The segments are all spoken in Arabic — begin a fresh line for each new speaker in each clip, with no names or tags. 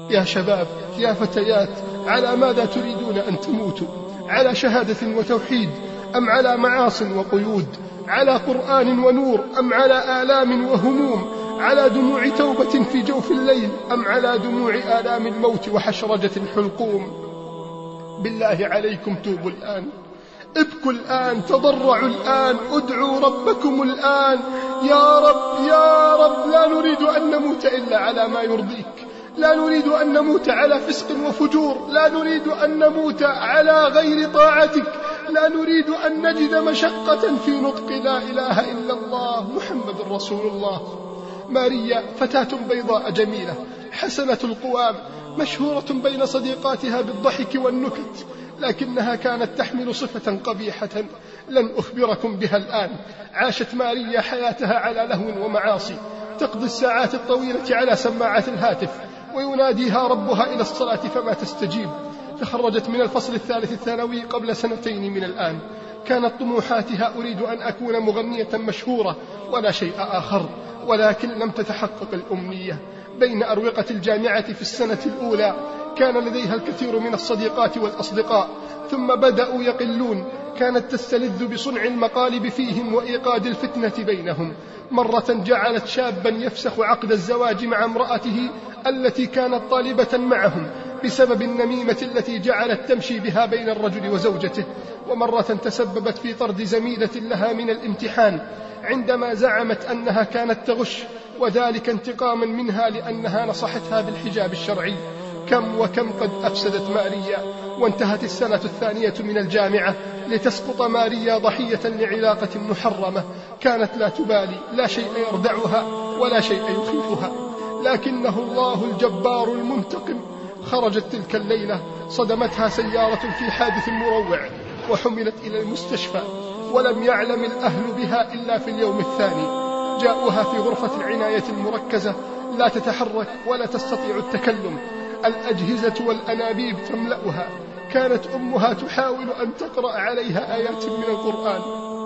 يا شباب، يا فتيات، على ماذا تريدون أن تموتوا؟ على شهادة وتوحيد أم على معاص وقيود؟ على قرآن ونور أم على آلام وهموم؟ على دموع توبة في جوف الليل أم على دموع آلام الموت وحشرجة الحلقوم؟ بالله عليكم توبوا الآن، ابكوا الآن، تضرعوا الآن، ادعوا ربكم الآن. يا رب يا رب، لا نريد أن نموت إلا على ما يرضيك، لا نريد أن نموت على فسق وفجور، لا نريد أن نموت على غير طاعتك، لا نريد أن نجد مشقة في نطق لا إله إلا الله محمد رسول الله. ماريا فتاة بيضاء جميلة حسنة القوام، مشهورة بين صديقاتها بالضحك والنكت، لكنها كانت تحمل صفة قبيحة لن أخبركم بها الآن. عاشت ماريا حياتها على لهو ومعاصي، تقضي الساعات الطويلة على سماعات الهاتف ويناديها ربها إلى الصلاة فما تستجيب. تخرجت من الفصل الثالث الثانوي قبل 2 سنين من الآن. كانت طموحاتها أريد أن أكون مغنية مشهورة ولا شيء آخر، ولكن لم تتحقق الأمنية. بين أروقة الجامعة في السنة الأولى كان لديها الكثير من الصديقات والأصدقاء، ثم بدأوا يقلون. كانت تستلذ بصنع المقالب فيهم وإيقاد الفتنة بينهم. مرة جعلت شابا يفسخ عقد الزواج مع امرأته التي كانت طالبة معهم بسبب النميمة التي جعلت تمشي بها بين الرجل وزوجته. ومرة تسببت في طرد زميلة لها من الامتحان عندما زعمت أنها كانت تغش، وذلك انتقاما منها لأنها نصحتها بالحجاب الشرعي. كم وكم قد أفسدت ماريا، وانتهت السنة الثانية من الجامعة لتسقط ماريا ضحية لعلاقة محرمة كانت لا تبالي، لا شيء يردعها ولا شيء يخيفها، لكنه الله الجبار المنتقم. خرجت تلك الليلة صدمتها سيارة في حادث مروع وحملت إلى المستشفى، ولم يعلم الأهل بها إلا في اليوم الثاني. جاءوها في غرفة العناية المركزة لا تتحرك ولا تستطيع التكلم، الأجهزة والأنابيب تملأها. كانت أمها تحاول أن تقرأ عليها آيات من القرآن،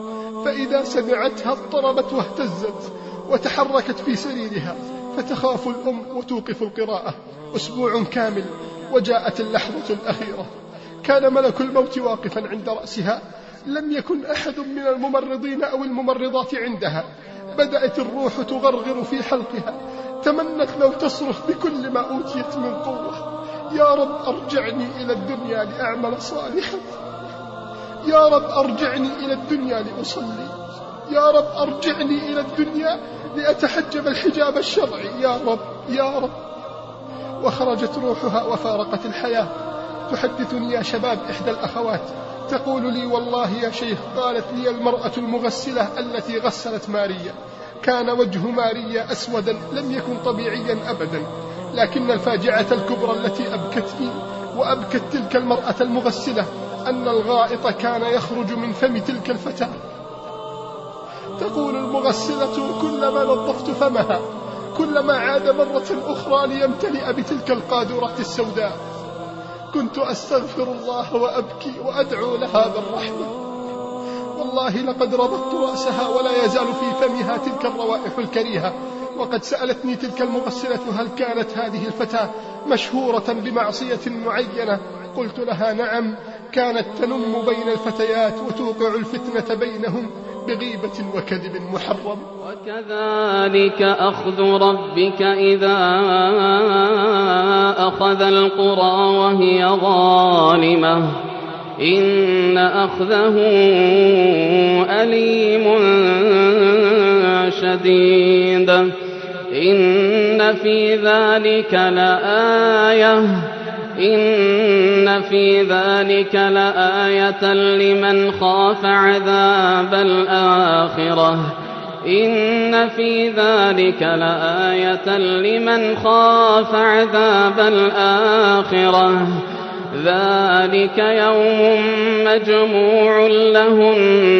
فإذا سمعتها اضطربت واهتزت وتحركت في سريرها، فتخاف الأم وتوقف القراءة. أسبوع كامل وجاءت اللحظة الأخيرة، كان ملك الموت واقفا عند رأسها، لم يكن أحد من الممرضين أو الممرضات عندها. بدأت الروح تغرغر في حلقها، تمنت لو تصرخ بكل ما أوتيت من قوة: يا رب أرجعني إلى الدنيا لأعمل صالحا، يا رب أرجعني إلى الدنيا لأصلي، يا رب أرجعني إلى الدنيا لأتحجب الحجاب الشرعي، يا رب يا رب. وخرجت روحها وفارقت الحياة. تحدثني يا شباب إحدى الأخوات تقول لي: والله يا شيخ، قالت لي المرأة المغسلة التي غسلت ماريا كان وجه ماريا أسودا لم يكن طبيعيا أبدا، لكن الفاجعة الكبرى التي أبكتني وأبكت تلك المرأة المغسلة أن الغائط كان يخرج من فم تلك الفتاة. تقول المغسلة: كلما نظفت فمها كلما عاد مرة أخرى ليمتلئ بتلك القاذورات السوداء. كنت أستغفر الله وأبكي وأدعو لها بالرحمة. والله لقد ربطت رأسها ولا يزال في فمها تلك الروائح الكريهة. وقد سألتني تلك المغسلة: هل كانت هذه الفتاة مشهورة بمعصية معينة؟ قلت لها: نعم، كانت تنم بين الفتيات وتوقع الفتنة بينهم بغيبة وكذب محرم.
وكذلك أخذ ربك إذا أخذ القرى وهي ظالمة إن أخذه أليم شديد. إن في ذلك لآية لمن خاف عذاب الآخرة. إن في ذلك لآية لمن خاف عذاب الآخرة. ذلك يوم مجموع له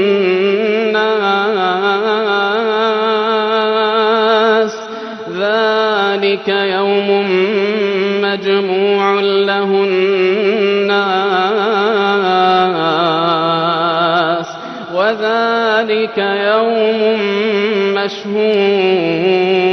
الناس. ذلك يوم مجموع له الناس وذلك يوم مشهود.